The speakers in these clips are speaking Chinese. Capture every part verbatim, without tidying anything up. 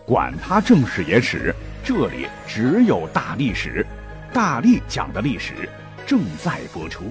管他正史野史，这里只有大历史，大力讲的历史正在播出。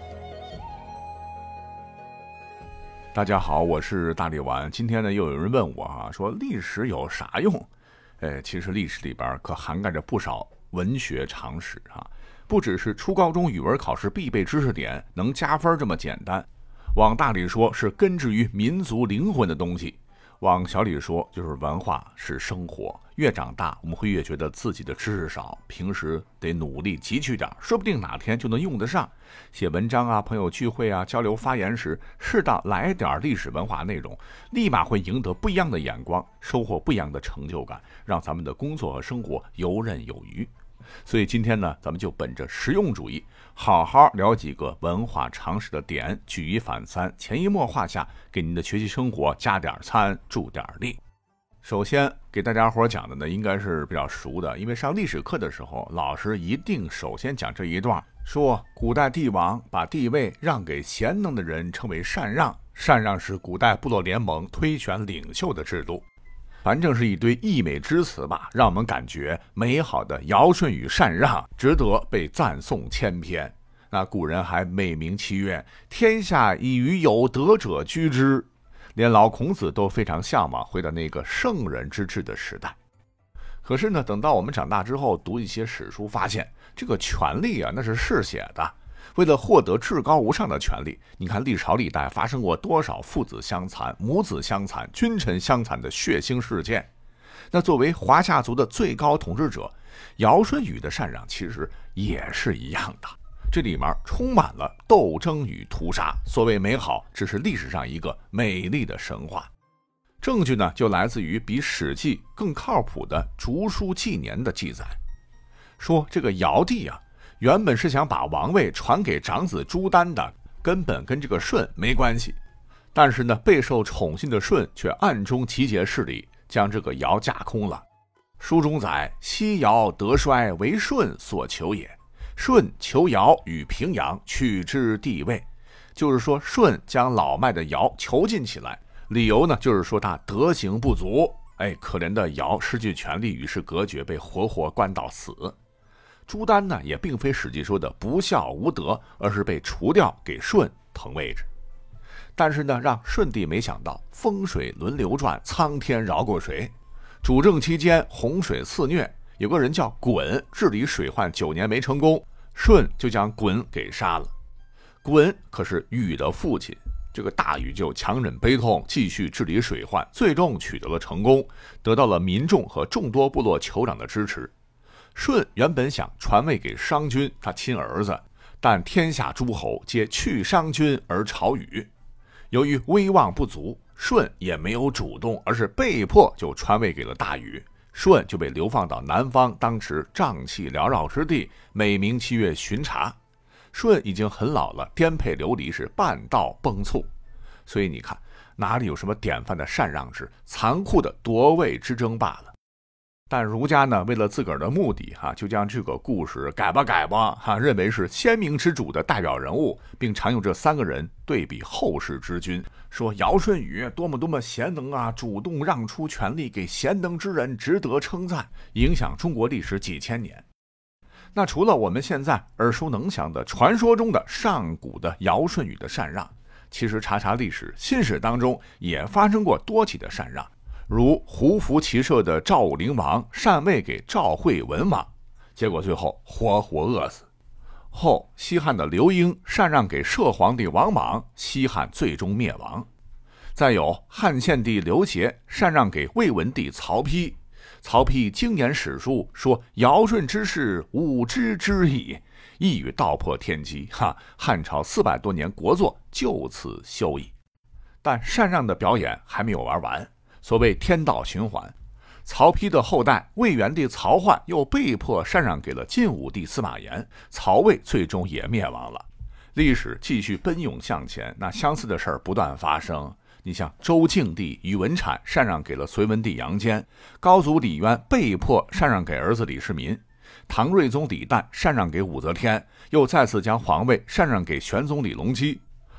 大家好，我是大力丸。今天呢，又有人问我啊，说历史有啥用？呃，其实历史里边可涵盖着不少文学常识啊，不只是初高中语文考试必备知识点能加分这么简单。往大里说，是根植于民族灵魂的东西；往小里说，就是文化，是生活。越长大，我们会越觉得自己的知识少，平时得努力汲取点，说不定哪天就能用得上。写文章啊，朋友聚会啊，交流发言时，适当来点历史文化内容，立马会赢得不一样的眼光，收获不一样的成就感，让咱们的工作和生活游刃有余。所以今天呢，咱们就本着实用主义，好好聊几个文化常识的点，举一反三，潜移默化下，给您的学习生活加点餐，助点力。首先给大家伙讲的呢，应该是比较熟的，因为上历史课的时候，老师一定首先讲这一段，说古代帝王把地位让给贤能的人，称为禅让。禅让是古代部落联盟推选领袖的制度。反正是一堆溢美之词吧，让我们感觉美好的尧舜禹禅让值得被赞颂千篇。那古人还美名其曰，天下已与有德者居之，连老孔子都非常向往回到那个圣人之治的时代。可是呢，等到我们长大之后读一些史书，发现这个权力啊，那是嗜血的。为了获得至高无上的权力，你看历朝历代发生过多少父子相残、母子相残、君臣相残的血腥事件。那作为华夏族的最高统治者，尧舜禹的禅让其实也是一样的，这里面充满了斗争与屠杀。所谓美好，只是历史上一个美丽的神话。证据呢，就来自于比《史记》更靠谱的《竹书纪年》的记载，说这个尧帝啊，原本是想把王位传给长子朱丹的，根本跟这个舜没关系。但是呢，备受宠信的舜却暗中集结势力，将这个尧架空了。书中载，昔尧德衰，为舜所求也。舜求尧与平阳，取之帝位。就是说，舜将老迈的尧囚禁起来，理由呢，就是说他德行不足。哎，可怜的尧失去权力，与世隔绝，被活活关到死。朱丹呢，也并非史记说的不孝无德，而是被除掉，给舜腾位置。但是呢，让舜帝没想到，风水轮流转，苍天饶过谁。主政期间，洪水肆虐，有个人叫鲧，治理水患九年没成功，舜就将鲧给杀了。鲧可是禹的父亲，这个大禹就强忍悲痛，继续治理水患，最终取得了成功，得到了民众和众多部落酋长的支持。舜原本想传位给商君，他亲儿子，但天下诸侯皆去商君而朝禹。由于威望不足，舜也没有主动，而是被迫就传位给了大禹。舜就被流放到南方，当时瘴气缭绕之地，美名其曰巡查。舜已经很老了，颠沛流离，是半道崩殂。所以你看，哪里有什么典范的禅让制，残酷的夺位之争罢了。但儒家呢，为了自个儿的目的哈、啊，就将这个故事改吧改吧哈、啊，认为是先明之主的代表人物，并常用这三个人对比后世之君，说尧舜禹多么多么贤能啊，主动让出权力给贤能之人，值得称赞，影响中国历史几千年。那除了我们现在耳熟能详的传说中的上古的尧舜禹的禅让，其实查查历史，新史当中也发生过多起的禅让。如胡服骑射的赵武灵王禅位给赵惠文王，结果最后活活饿死。后西汉的刘英禅让给摄皇帝王莽，西汉最终灭亡。再有汉献帝刘协禅让给魏文帝曹丕，曹丕精研史书，说尧舜之事吾知之矣，一语道破天机，哈，汉朝四百多年国祚就此休矣。但禅让的表演还没有玩完。所谓天道循环，曹丕的后代魏元帝曹奂又被迫禅让给了晋武帝司马炎，曹魏最终也灭亡了。历史继续奔涌向前，那相似的事儿不断发生。你像周敬帝宇文阐禅让给了隋文帝杨坚，高祖李渊被迫禅让给儿子李世民，唐睿宗李旦禅让给武则天，又再次将皇位禅让给玄宗李隆基。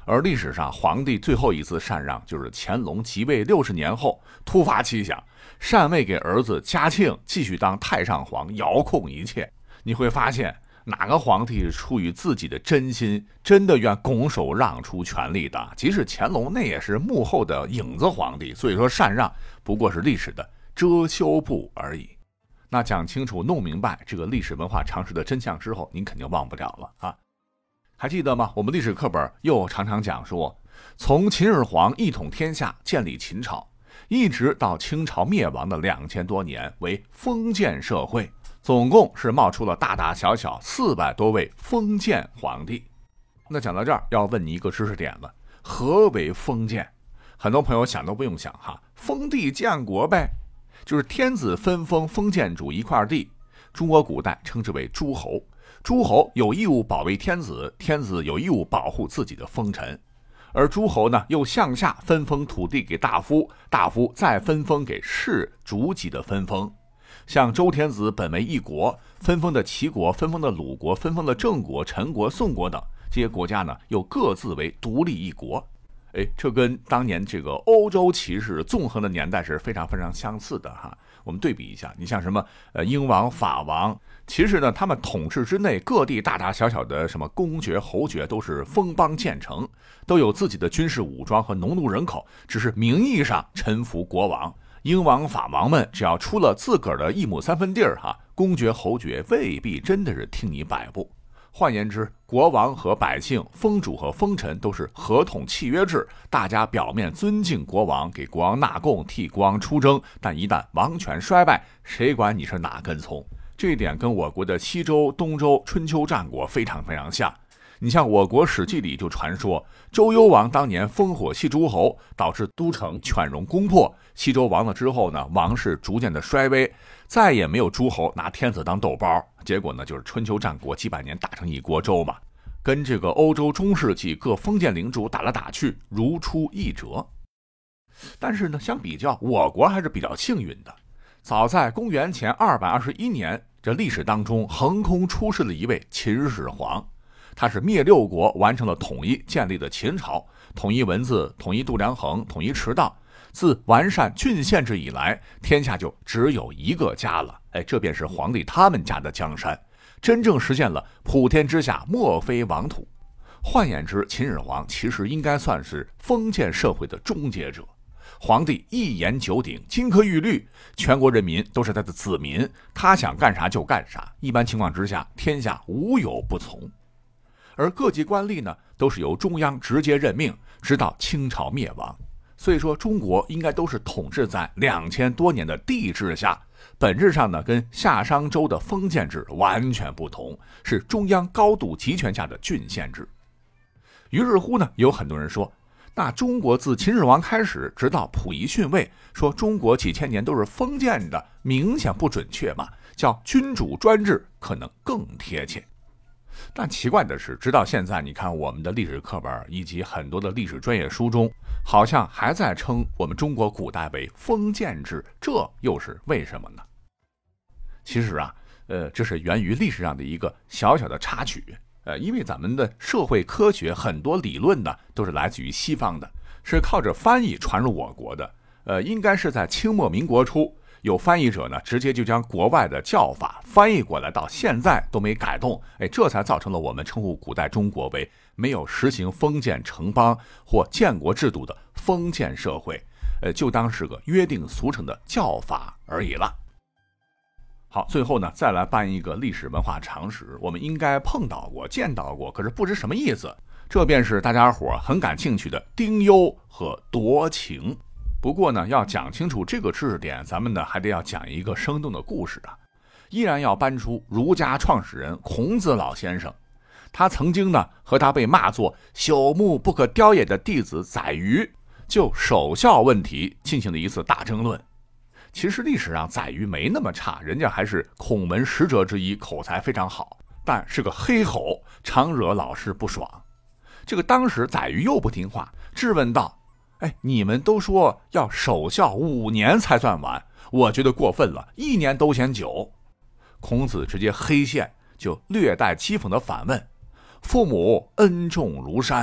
而历史上皇帝最后一次禅让，就是乾隆即位六十年后突发奇想，禅位给儿子嘉庆继续当太上皇，遥控一切。你会发现哪个皇帝是出于自己的真心，真的愿拱手让出权力的？即使乾隆那也是幕后的影子皇帝，所以说禅让不过是历史的遮羞布而已。那讲清楚弄明白这个历史文化常识的真相之后，您肯定忘不了了啊！还记得吗？我们历史课本又常常讲说，从秦始皇一统天下建立秦朝，一直到清朝灭亡的两千多年为封建社会，总共是冒出了大大小小四百多位封建皇帝。那讲到这儿，要问你一个知识点了，何为封建？很多朋友想都不用想哈，封地建国呗，就是天子分封封建主一块地，中国古代称之为诸侯。诸侯有义务保卫天子，天子有义务保护自己的封臣，而诸侯呢又向下分封土地给大夫，大夫再分封给士逐级的分封。像周天子本为一国，分封的齐国、分封的鲁国、分封的郑国、陈国、宋国等这些国家呢，又各自为独立一国。哎，这跟当年这个欧洲骑士纵横的年代是非常非常相似的哈。我们对比一下，你像什么呃英王、法王，其实呢，他们统治之内各地大大小小的什么公爵、侯爵都是封邦建成，都有自己的军事武装和农奴人口，只是名义上臣服国王。英王、法王们只要出了自个儿的一亩三分地儿哈，公爵、侯爵未必真的是听你摆布。换言之，国王和百姓、封主和封臣都是合同契约制，大家表面尊敬国王，给国王纳贡，替国王出征，但一旦王权衰败，谁管你是哪根葱？这一点跟我国的西周、东周、春秋战国非常非常像。你像我国史记里就传说，周幽王当年烽火戏诸侯，导致都城犬戎攻破。西周亡了之后呢，王室逐渐的衰微，再也没有诸侯拿天子当豆包。结果呢，就是春秋战国几百年打成一锅粥嘛，跟这个欧洲中世纪各封建领主打来打去，如出一辙。但是呢，相比较，我国还是比较幸运的。早在公元前二百二十一年，这历史当中横空出世了一位秦始皇。他是灭六国，完成了统一，建立了秦朝，统一文字，统一度量衡，统一驰道。自完善郡县制以来，天下就只有一个家了。哎，这便是皇帝他们家的江山，真正实现了普天之下莫非王土。换言之，秦始皇其实应该算是封建社会的终结者。皇帝一言九鼎，金科玉律，全国人民都是他的子民，他想干啥就干啥。一般情况之下，天下无有不从。而各级官吏呢，都是由中央直接任命，直到清朝灭亡。所以说，中国应该都是统治在两千多年的帝制下，本质上呢，跟夏商周的封建制完全不同，是中央高度集权下的郡县制。于是乎呢，有很多人说，那中国自秦始皇开始，直到溥仪逊位，说中国几千年都是封建的，明显不准确嘛，叫君主专制可能更贴切。但奇怪的是，直到现在，你看我们的历史课本以及很多的历史专业书中，好像还在称我们中国古代为封建制，这又是为什么呢？其实啊，呃，这是源于历史上的一个小小的插曲。呃，因为咱们的社会科学很多理论呢，都是来自于西方的，是靠着翻译传入我国的。呃，应该是在清末民国初，有翻译者呢，直接就将国外的教法翻译过来，到现在都没改动。哎，这才造成了我们称呼古代中国为没有实行封建城邦或建国制度的封建社会，呃，就当是个约定俗成的教法而已了。好，最后呢，再来办一个历史文化常识，我们应该碰到过、见到过，可是不知什么意思。这便是大家伙很感兴趣的丁忧和夺情。不过呢，要讲清楚这个知识点，咱们呢还得要讲一个生动的故事啊。依然要搬出儒家创始人孔子老先生，他曾经呢和他被骂作朽木不可雕也的弟子宰予，就守孝问题进行了一次大争论。其实历史上宰予没那么差，人家还是孔门十哲之一，口才非常好，但是个黑吼，常惹老师不爽。这个当时宰予又不听话，质问道：哎，你们都说要守孝五年才算晚，我觉得过分了，一年都嫌久。孔子直接黑线，就略带讥讽的反问：父母恩重如山，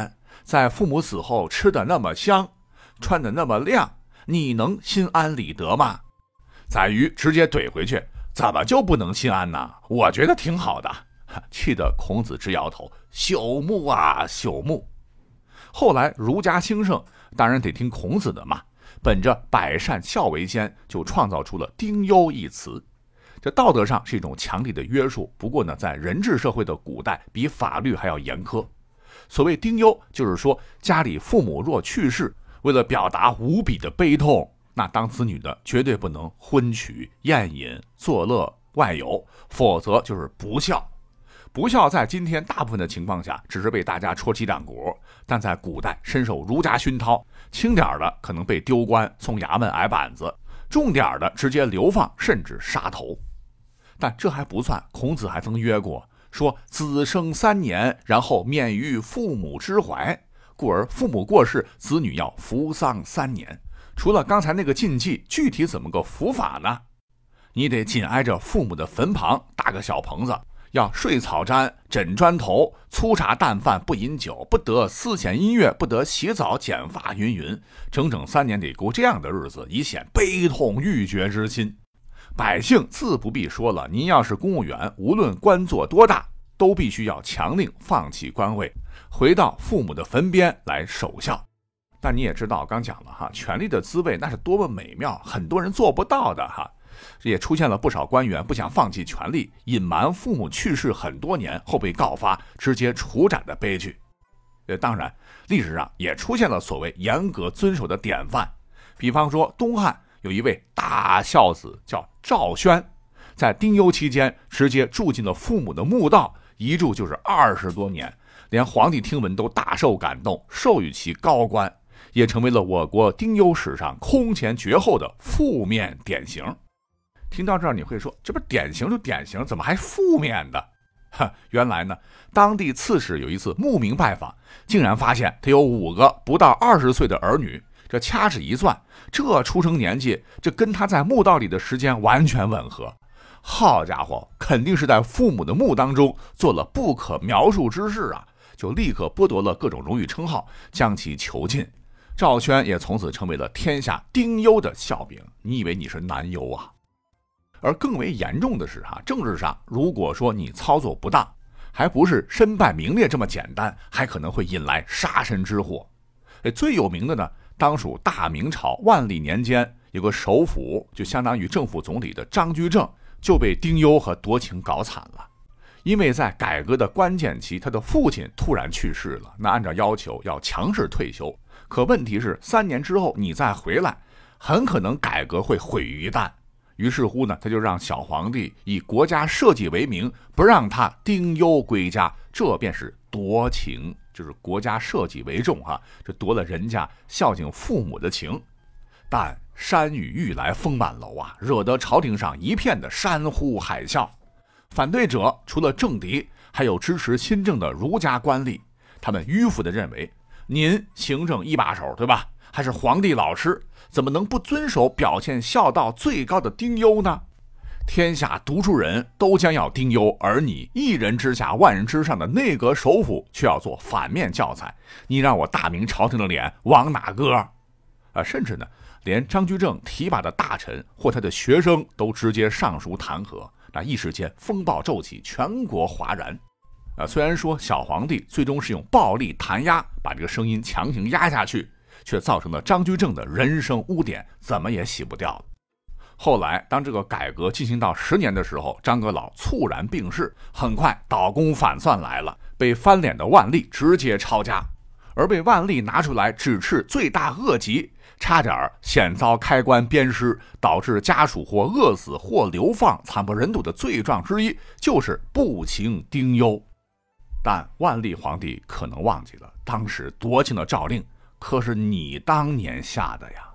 在父母死后吃的那么香，穿的那么亮，你能心安理得吗？宰予直接怼回去，怎么就不能心安呢？我觉得挺好的。气得孔子直摇头，朽木啊朽木。后来儒家兴盛，当然得听孔子的嘛，本着百善孝为先，就创造出了丁忧一词。这道德上是一种强力的约束，不过呢，在人治社会的古代，比法律还要严苛。所谓丁忧，就是说家里父母若去世，为了表达无比的悲痛，那当子女的绝对不能婚娶、宴饮、作乐、外游，否则就是不孝。不孝在今天大部分的情况下只是被大家戳脊梁骨，但在古代深受儒家熏陶，轻点的可能被丢官送衙门挨板子，重点的直接流放甚至杀头。但这还不算，孔子还曾约过，说子生三年，然后免于父母之怀，故而父母过世，子女要服丧三年。除了刚才那个禁忌，具体怎么个服法呢？你得紧挨着父母的坟旁搭个小棚子，要睡草毡，枕砖头，粗茶淡饭，不饮酒，不得丝弦音乐，不得洗澡剪发，云云，整整三年得过这样的日子，以显悲痛欲绝之心。百姓自不必说了，您要是公务员，无论官做多大，都必须要强令放弃官位，回到父母的坟边来守孝。但你也知道，刚讲了哈，权力的滋味那是多么美妙，很多人做不到的哈。也出现了不少官员不想放弃权力，隐瞒父母去世很多年后被告发，直接处斩的悲剧。当然，历史上也出现了所谓严格遵守的典范，比方说东汉有一位大孝子叫赵宣，在丁忧期间直接住进了父母的墓道，一住就是二十多年，连皇帝听闻都大受感动，授予其高官，也成为了我国丁忧史上空前绝后的负面典型。听到这儿你会说，这不典型就典型，怎么还负面的？哈，原来呢，当地刺史有一次慕名拜访，竟然发现他有五个不到二十岁的儿女，这掐指一算，这出生年纪，这跟他在墓道里的时间完全吻合。好家伙，肯定是在父母的墓当中做了不可描述之事啊！就立刻剥夺了各种荣誉称号，将其囚禁。赵宣也从此成为了天下丁忧的笑柄。你以为你是男忧啊？而更为严重的是哈，政治上如果说你操作不当，还不是身败名裂这么简单，还可能会引来杀身之祸。最有名的呢，当属大明朝万历年间，有个首辅，就相当于政府总理的张居正，就被丁忧和夺情搞惨了。因为在改革的关键期，他的父亲突然去世了，那按照要求要强制退休，可问题是三年之后你再回来，很可能改革会毁于一旦。于是乎呢，他就让小皇帝以国家社稷为名，不让他丁忧归家，这便是夺情，就是国家社稷为重哈，这夺了人家孝敬父母的情。但山雨欲来风满楼啊，惹得朝廷上一片的山呼海啸。反对者除了政敌，还有支持新政的儒家官吏，他们迂腐地认为，您行政一把手对吧，还是皇帝老师，怎么能不遵守表现孝道最高的丁忧呢？天下读书人都将要丁忧，而你一人之下万人之上的内阁首辅却要做反面教材，你让我大明朝廷的脸往哪搁啊？甚至呢，连张居正提拔的大臣或他的学生都直接上书弹劾，那一时间风暴骤起，全国哗然。啊，虽然说小皇帝最终是用暴力弹压把这个声音强行压下去，却造成了张居正的人生污点，怎么也洗不掉了。后来当这个改革进行到十年的时候，张阁老猝然病逝，很快倒弓反算来了，被翻脸的万历直接抄家，而被万历拿出来指斥罪大恶极，差点险遭开棺鞭尸，导致家属或饿死或流放惨不忍睹的罪状之一就是不情丁忧。但万历皇帝可能忘记了，当时夺情的诏令可是你当年下的呀。